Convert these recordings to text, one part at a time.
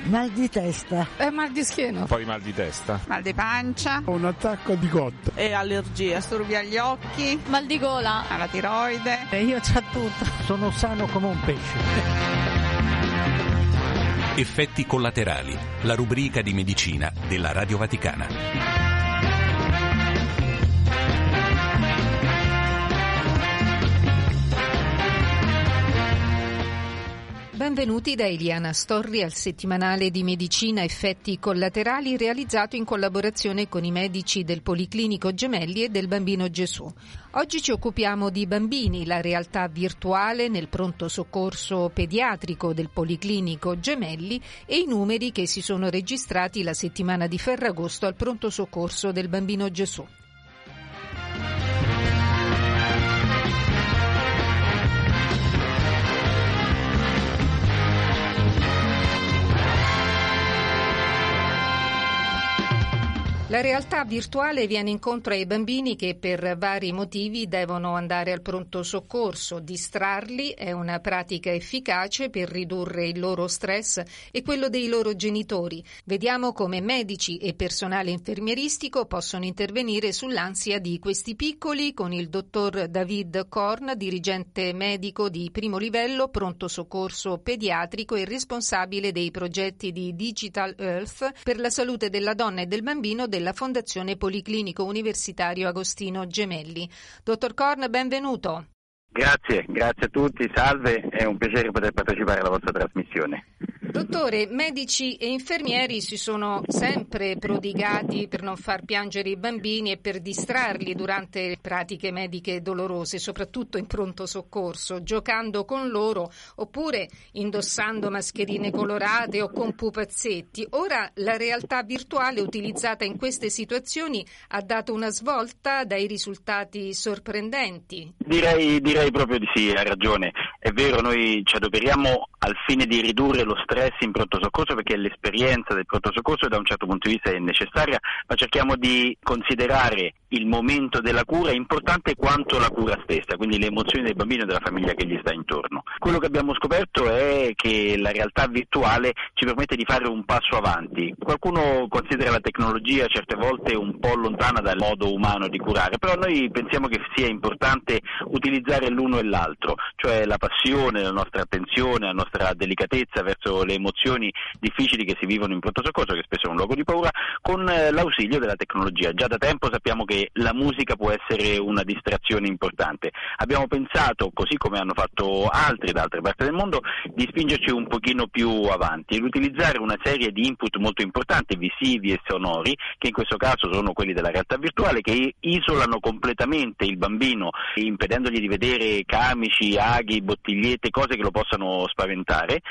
Mal di testa. Mal di schiena. Poi mal di testa. Mal di pancia. Un attacco di cotta. E allergie. Disturbi agli occhi. Mal di gola. Alla tiroide. Io c'ho tutto. Sono sano come un pesce. Effetti collaterali, la rubrica di medicina della Radio Vaticana. Benvenuti da Eliana Storri al settimanale di medicina effetti collaterali realizzato in collaborazione con i medici del Policlinico Gemelli e del Bambino Gesù. Oggi ci occupiamo di bambini, la realtà virtuale nel pronto soccorso pediatrico del Policlinico Gemelli e i numeri che si sono registrati la settimana di Ferragosto al pronto soccorso del Bambino Gesù. La realtà virtuale viene incontro ai bambini che per vari motivi devono andare al pronto soccorso. Distrarli è una pratica efficace per ridurre il loro stress e quello dei loro genitori. Vediamo come medici e personale infermieristico possono intervenire sull'ansia di questi piccoli con il dottor David Korn, dirigente medico di primo livello, pronto soccorso pediatrico e responsabile dei progetti di Digital Health per la salute della donna e del bambino della Fondazione Policlinico Universitario Agostino Gemelli. Dottor Korn, benvenuto. Grazie a tutti, salve, è un piacere poter partecipare alla vostra trasmissione. Dottore, medici e infermieri si sono sempre prodigati per non far piangere i bambini e per distrarli durante pratiche mediche dolorose, soprattutto in pronto soccorso, giocando con loro oppure indossando mascherine colorate o con pupazzetti. Ora la realtà virtuale utilizzata in queste situazioni ha dato una svolta dai risultati sorprendenti. Direi proprio di sì, ha ragione. È vero, noi ci adoperiamo al fine di ridurre lo stress in pronto soccorso perché l'esperienza del pronto soccorso da un certo punto di vista è necessaria, ma cerchiamo di considerare il momento della cura importante quanto la cura stessa, quindi le emozioni del bambino e della famiglia che gli sta intorno. Quello che abbiamo scoperto è che la realtà virtuale ci permette di fare un passo avanti. Qualcuno considera la tecnologia certe volte un po' lontana dal modo umano di curare, però noi pensiamo che sia importante utilizzare l'uno e l'altro, cioè la passione, la nostra attenzione, la nostra delicatezza verso le emozioni difficili che si vivono in pronto soccorso, che spesso è un luogo di paura, con l'ausilio della tecnologia. Già da tempo sappiamo che la musica può essere una distrazione importante. Abbiamo pensato, così come hanno fatto altri da altre parti del mondo, di spingerci un pochino più avanti e utilizzare una serie di input molto importanti, visivi e sonori, che in questo caso sono quelli della realtà virtuale, che isolano completamente il bambino, impedendogli di vedere camici, aghi, bottigliette, cose che lo possano spaventare,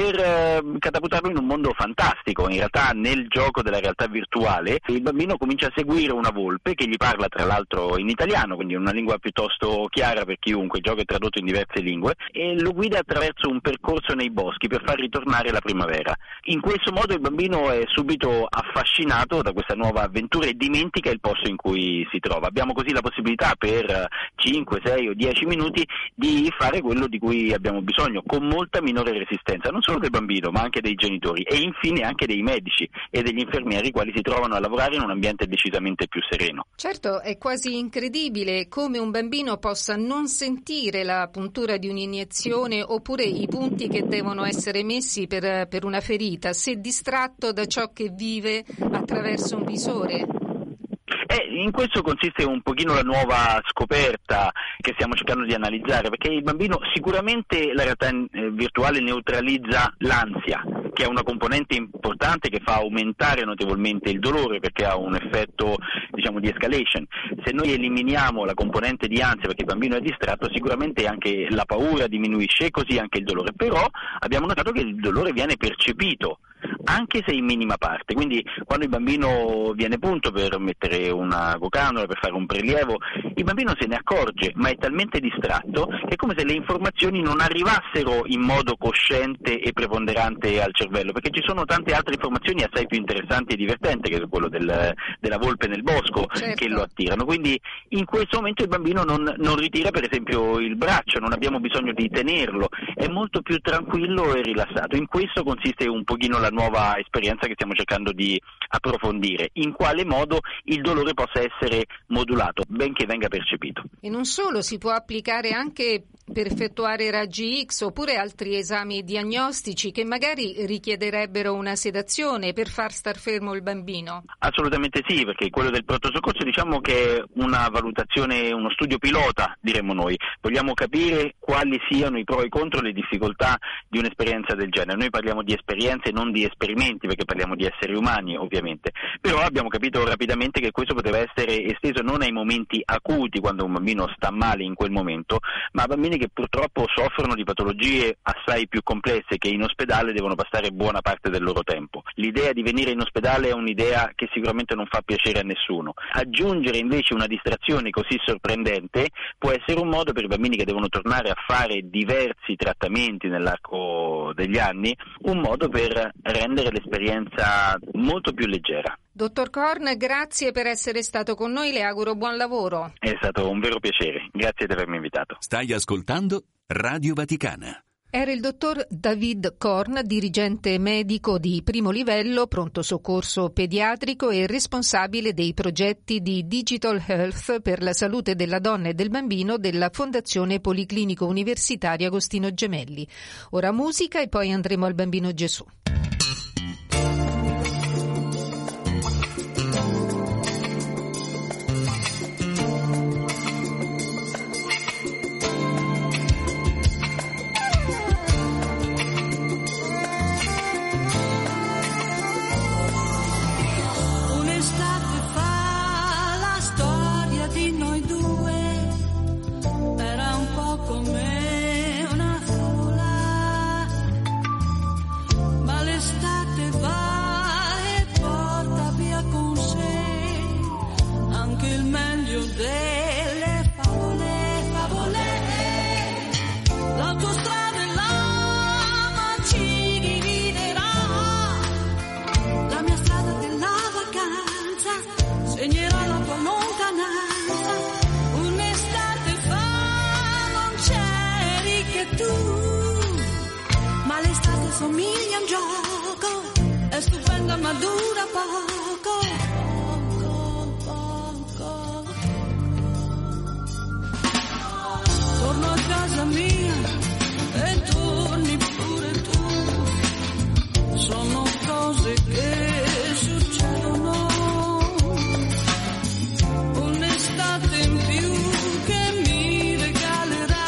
per catapultarlo in un mondo fantastico. In realtà nel gioco della realtà virtuale il bambino comincia a seguire una volpe che gli parla tra l'altro in italiano, quindi una lingua piuttosto chiara per chiunque, il gioco è tradotto in diverse lingue, e lo guida attraverso un percorso nei boschi per far ritornare la primavera. In questo modo il bambino è subito affascinato da questa nuova avventura e dimentica il posto in cui si trova. Abbiamo così la possibilità per 5, 6 o 10 minuti di fare quello di cui abbiamo bisogno, con molta minore resistenza, non solo del bambino ma anche dei genitori e infine anche dei medici e degli infermieri, i quali si trovano a lavorare in un ambiente decisamente più sereno. Certo, è quasi incredibile come un bambino possa non sentire la puntura di un'iniezione oppure i punti che devono essere messi per una ferita, se distratto da ciò che vive attraverso un visore. In questo consiste un pochino la nuova scoperta che stiamo cercando di analizzare, perché il bambino sicuramente la realtà virtuale neutralizza l'ansia, che è una componente importante che fa aumentare notevolmente il dolore perché ha un effetto di escalation. Se noi eliminiamo la componente di ansia perché il bambino è distratto, sicuramente anche la paura diminuisce e così anche il dolore, però abbiamo notato che il dolore viene percepito anche se in minima parte, quindi quando il bambino viene punto per mettere una cocanula, per fare un prelievo, il bambino se ne accorge, ma è talmente distratto che è come se le informazioni non arrivassero in modo cosciente e preponderante al cervello, perché ci sono tante altre informazioni assai più interessanti e divertenti, che è quello della volpe nel bosco, certo, che lo attirano. Quindi in questo momento il bambino non ritira per esempio il braccio, non abbiamo bisogno di tenerlo, è molto più tranquillo e rilassato. In questo consiste un pochino la nuova nuova esperienza che stiamo cercando di approfondire, in quale modo il dolore possa essere modulato, benché venga percepito. E non solo, si può applicare anche per effettuare raggi X oppure altri esami diagnostici che magari richiederebbero una sedazione per far star fermo il bambino? Assolutamente sì, perché quello del pronto soccorso diciamo che è una valutazione, uno studio pilota, diremmo noi. Vogliamo capire quali siano i pro e i contro, le difficoltà di un'esperienza del genere. Noi parliamo di esperienze e non di esperimenti, perché parliamo di esseri umani ovviamente, però abbiamo capito rapidamente che questo poteva essere esteso non ai momenti acuti, quando un bambino sta male in quel momento, ma a bambini che purtroppo soffrono di patologie assai più complesse, che in ospedale devono passare buona parte del loro tempo. L'idea di venire in ospedale è un'idea che sicuramente non fa piacere a nessuno. Aggiungere invece una distrazione così sorprendente può essere un modo per i bambini che devono tornare a fare diversi trattamenti nell'arco degli anni, un modo per rendere l'esperienza molto più leggera. Dottor Korn, grazie per essere stato con noi, le auguro buon lavoro. È stato un vero piacere, grazie di avermi invitato. Stai ascoltando Radio Vaticana. Era il dottor David Korn, dirigente medico di primo livello, pronto soccorso pediatrico e responsabile dei progetti di Digital Health per la salute della donna e del bambino della Fondazione Policlinico Universitario Agostino Gemelli. Ora musica e poi andremo al Bambino Gesù. Somiglia a un gioco, è stupenda ma dura poco. Torno a casa mia e torni pure tu. Sono cose che succedono. Un'estate in più che mi regalerà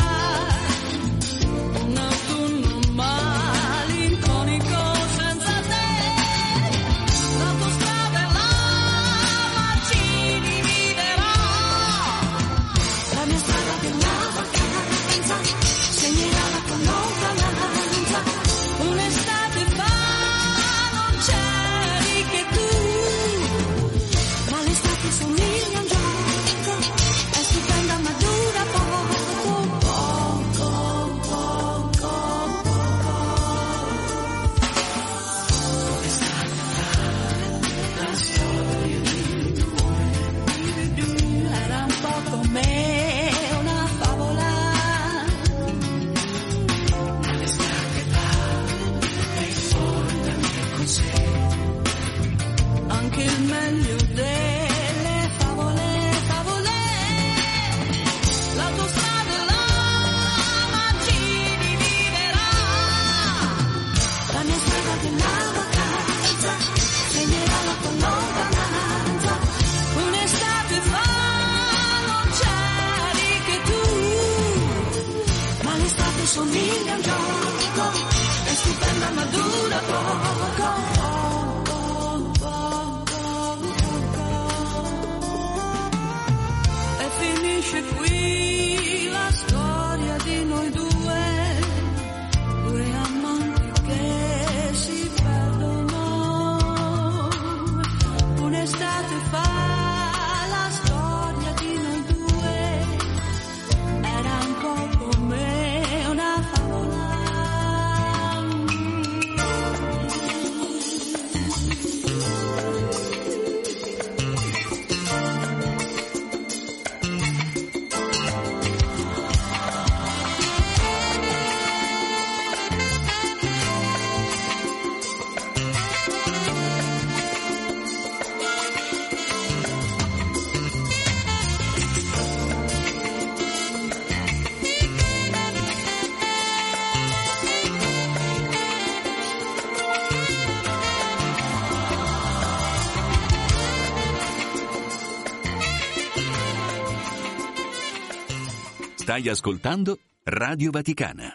un autunno malinconico senza te. L'autostrada e lava ci dividerà. La mia strada della vacanza segnerà la tua lontananza. Un'estate fa non c'eri che tu, ma l'estate somiglia a un gioco, è stupenda ma dura poco, poco, poco, poco. La storia di due era un po' come una favola. L'estate va e portami con sé anche il meglio delle favole, favole. L'autostrada e lava ci dividerà. La mia strada della vacanza segnerà la tua lontananza. Un'estate fa non c'eri che tu, ma l'estate somiglia a un gioco, è stupenda ma dura poco, poco, poco. Stai ascoltando Radio Vaticana.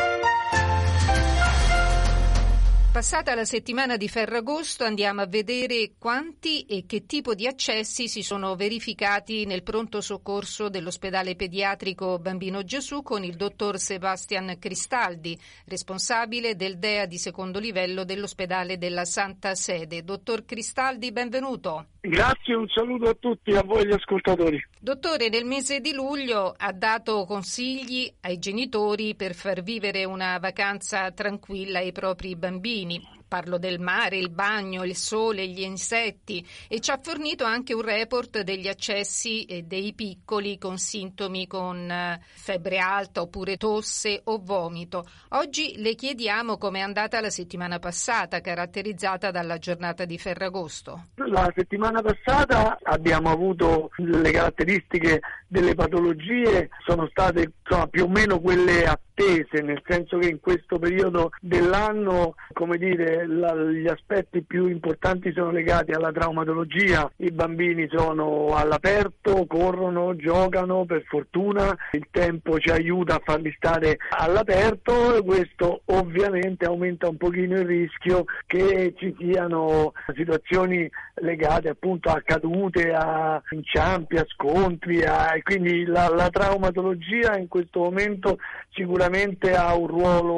Passata la settimana di Ferragosto andiamo a vedere quanti e che tipo di accessi si sono verificati nel pronto soccorso dell'ospedale pediatrico Bambino Gesù con il dottor Sebastian Cristaldi, responsabile del DEA di secondo livello dell'ospedale della Santa Sede. Dottor Cristaldi, benvenuto. Grazie, un saluto a tutti, a voi gli ascoltatori. Dottore, nel mese di luglio ha dato consigli ai genitori per far vivere una vacanza tranquilla ai propri bambini. Parlo del mare, il bagno, il sole, gli insetti, e ci ha fornito anche un report degli accessi dei piccoli con sintomi con febbre alta oppure tosse o vomito. Oggi le chiediamo com'è andata la settimana passata, caratterizzata dalla giornata di Ferragosto. La settimana passata abbiamo avuto le caratteristiche delle patologie, sono state più o meno quelle attese, nel senso che in questo periodo dell'anno, come dire, gli aspetti più importanti sono legati alla traumatologia. I bambini sono all'aperto, corrono, giocano, per fortuna il tempo ci aiuta a farli stare all'aperto, e questo ovviamente aumenta un pochino il rischio che ci siano situazioni legate appunto a cadute, a inciampi, a scontri, quindi la traumatologia in questo momento sicuramente ha un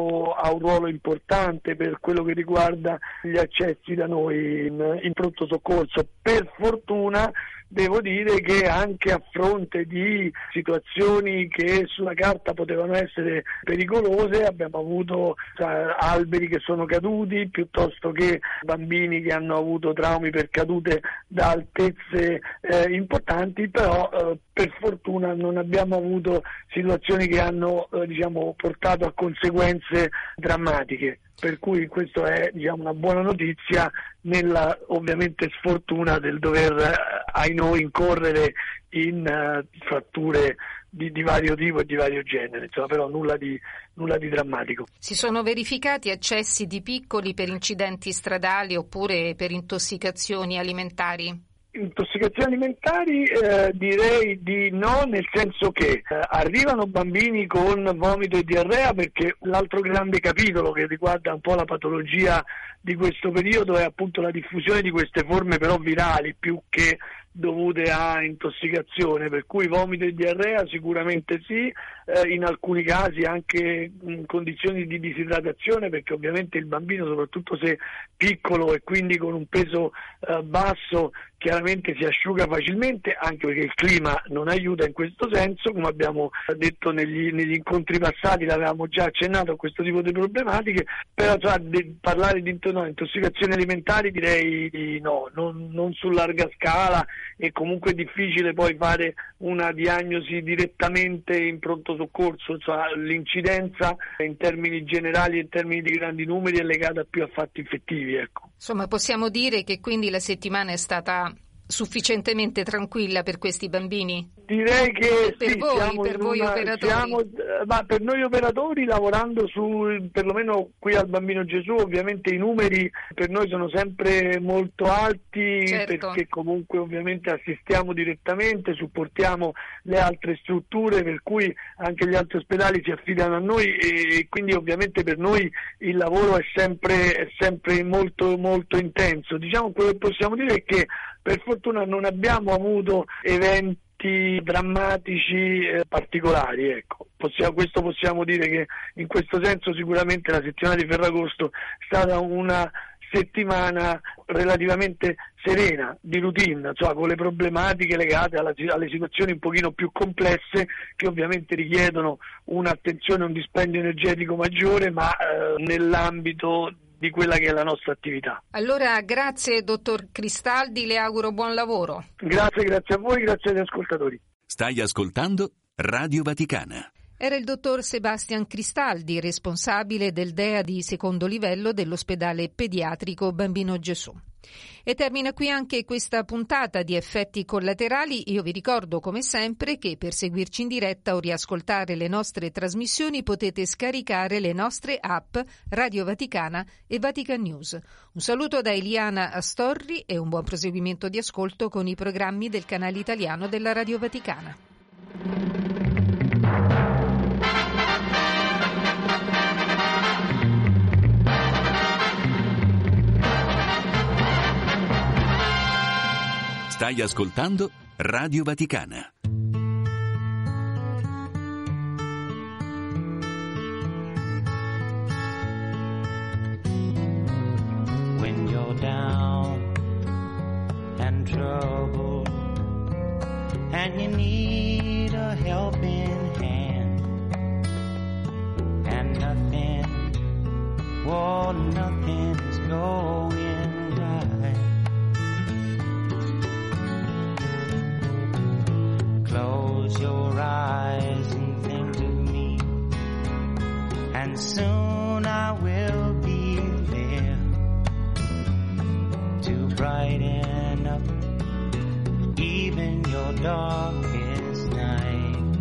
ruolo importante per quello che riguarda gli accessi da noi in pronto soccorso. Per fortuna devo dire che anche a fronte di situazioni che sulla carta potevano essere pericolose abbiamo avuto alberi che sono caduti, piuttosto che bambini che hanno avuto traumi per cadute da altezze importanti, però per fortuna non abbiamo avuto situazioni che hanno portato a conseguenze drammatiche. Per cui questo è una buona notizia nella ovviamente sfortuna del dover ai noi incorrere in fratture di vario tipo e di vario genere, però nulla di drammatico. Si sono verificati accessi di piccoli per incidenti stradali oppure per intossicazioni alimentari? Intossicazioni alimentari direi di no, nel senso che arrivano bambini con vomito e diarrea, perché l'altro grande capitolo che riguarda un po' la patologia di questo periodo è appunto la diffusione di queste forme però virali più che dovute a intossicazione, per cui vomito e diarrea sicuramente sì, in alcuni casi anche in condizioni di disidratazione, perché ovviamente il bambino, soprattutto se piccolo e quindi con un peso basso, chiaramente si asciuga facilmente, anche perché il clima non aiuta in questo senso, come abbiamo detto negli incontri passati, l'avevamo già accennato a questo tipo di problematiche, però parlare di intossicazioni alimentari direi di no, non su larga scala, e comunque è difficile poi fare una diagnosi direttamente in pronto soccorso, l'incidenza in termini generali e in termini di grandi numeri è legata più a fatti infettivi, ecco. Insomma, possiamo dire che quindi la settimana è stata sufficientemente tranquilla per questi bambini? Direi che per voi operatori. Per noi operatori, lavorando perlomeno qui al Bambino Gesù, ovviamente i numeri per noi sono sempre molto alti, certo, perché comunque ovviamente assistiamo direttamente, supportiamo le altre strutture, per cui anche gli altri ospedali si affidano a noi, e quindi ovviamente per noi il lavoro è sempre molto molto intenso. Quello che possiamo dire è che per fortuna non abbiamo avuto eventi drammatici particolari, ecco. Questo possiamo dire, che in questo senso sicuramente la settimana di Ferragosto è stata una settimana relativamente serena, di routine, con le problematiche legate alle situazioni un pochino più complesse, che ovviamente richiedono un'attenzione, un dispendio energetico maggiore, ma nell'ambito di quella che è la nostra attività. Allora, grazie dottor Cristaldi, le auguro buon lavoro. Grazie a voi, grazie agli ascoltatori. Stai ascoltando Radio Vaticana. Era il dottor Sebastian Cristaldi, responsabile del DEA di secondo livello dell'ospedale pediatrico Bambino Gesù. E termina qui anche questa puntata di Effetti Collaterali. Io vi ricordo come sempre che per seguirci in diretta o riascoltare le nostre trasmissioni potete scaricare le nostre app Radio Vaticana e Vatican News. Un saluto da Eliana Astorri e un buon proseguimento di ascolto con i programmi del canale italiano della Radio Vaticana. Stai ascoltando Radio Vaticana. When you're down and troubled and you need a helping hand and nothing is going right. Close your eyes and think of me, and soon I will be there to brighten up even your darkest night.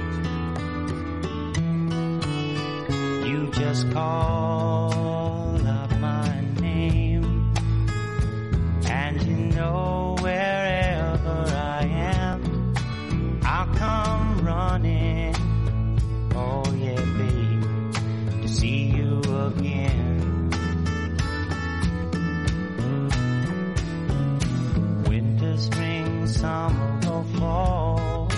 You just call out my name, and you know wherever I am, I'll come running, oh yeah babe, to see you again. Winter, spring, summer or fall,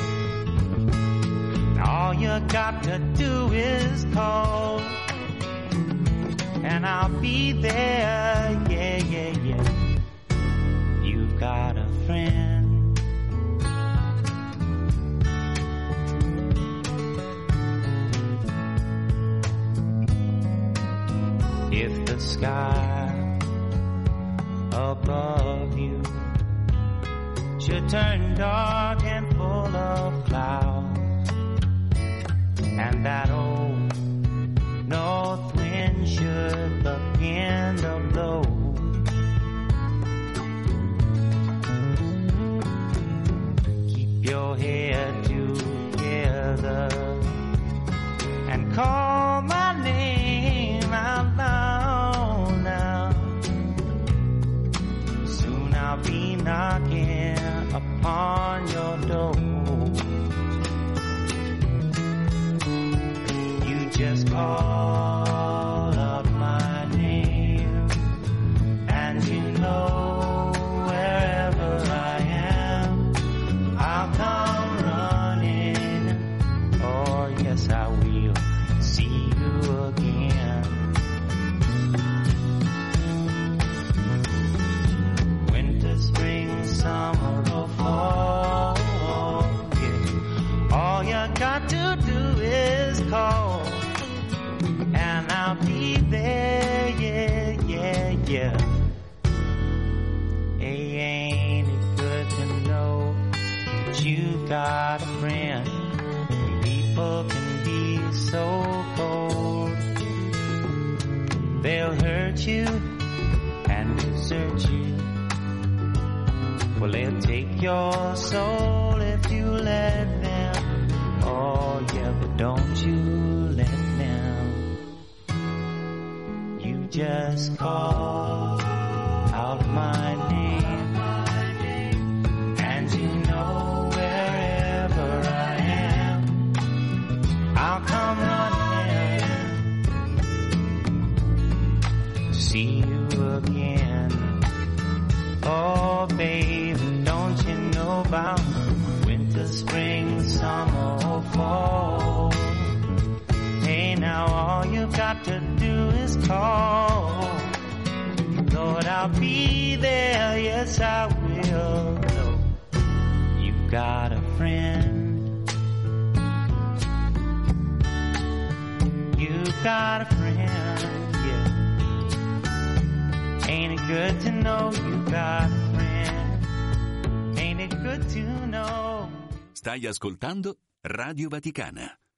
all you got to do is call, and I'll be there, yeah, yeah, yeah. You've got a friend. If the sky above you should turn dark and full of clouds, and that old north wind should begin to blow, keep your head together and call my name out loud now. Soon I'll be knocking upon your door. You just call out my name, and you know wherever I am, I'll come running. Oh yes, I will see you again. Winter, spring, summer or fall, yeah. All you got to do is call, and I'll be there, yeah, yeah, yeah. Hey, ain't it good to know that you got a friend? People can be so cold, they'll hurt you and desert you. Well, they'll take your soul if you let them. Oh yeah, but don't you let them. You just call out my name, and you know wherever I am, I'll come running to see you again. Oh baby, don't you know about winter, spring, summer or fall? Hey, now all you got to do is call. Lord, I'll be there, yes I will. You've got a friend. You've got a friend, yeah. Ain't it good to know you got a friend? Ain't it good to know? Stai ascoltando Radio Vaticana.